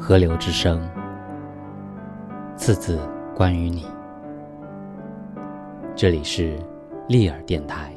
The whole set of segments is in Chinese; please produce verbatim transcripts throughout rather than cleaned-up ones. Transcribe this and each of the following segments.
河流之声，次次关于你。这里是利尔电台。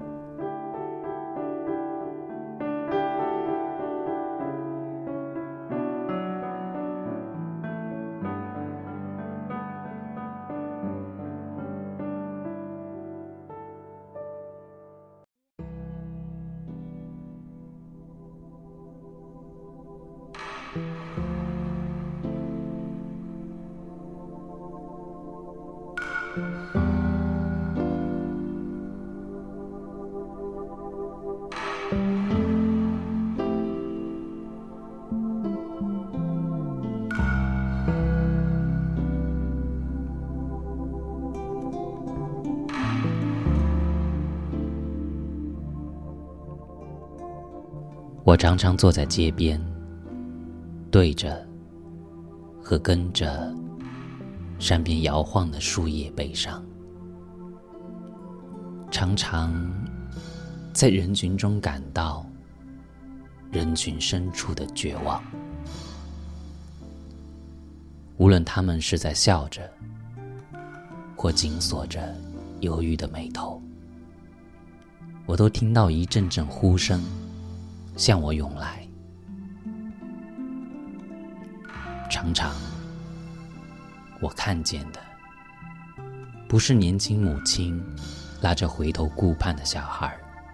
我常常坐在街边，对着和跟着山边摇晃的树叶悲伤，常常在人群中感到人群深处的绝望。无论他们是在笑着，或紧锁着忧郁的眉头，我都听到一阵阵呼声向我涌来。常常我看见的不是年轻母亲拉着回头顾盼的小孩，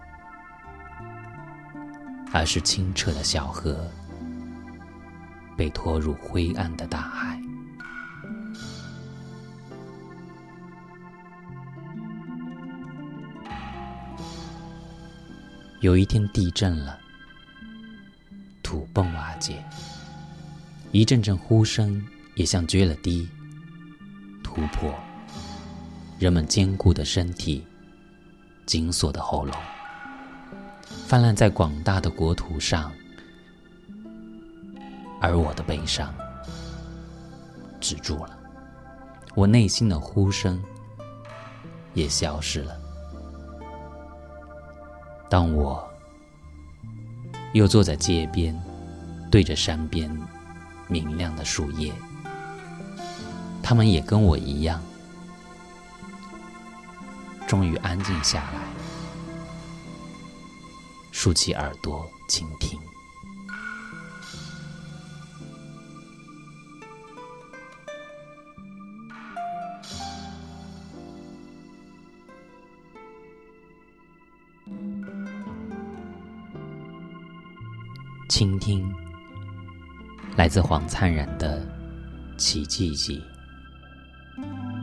而是清澈的小河被拖入灰暗的大海。有一天地震了，土崩瓦解，一阵阵呼声也像决了堤，突破人们坚固的身体，紧锁的喉咙，泛滥在广大的国土上。而我的悲伤止住了，我内心的呼声也消失了。当我又坐在街边，对着山边明亮的树叶，他们也跟我一样，终于安静下来，竖起耳朵倾听。倾听，来自黄灿然的《奇迹记》。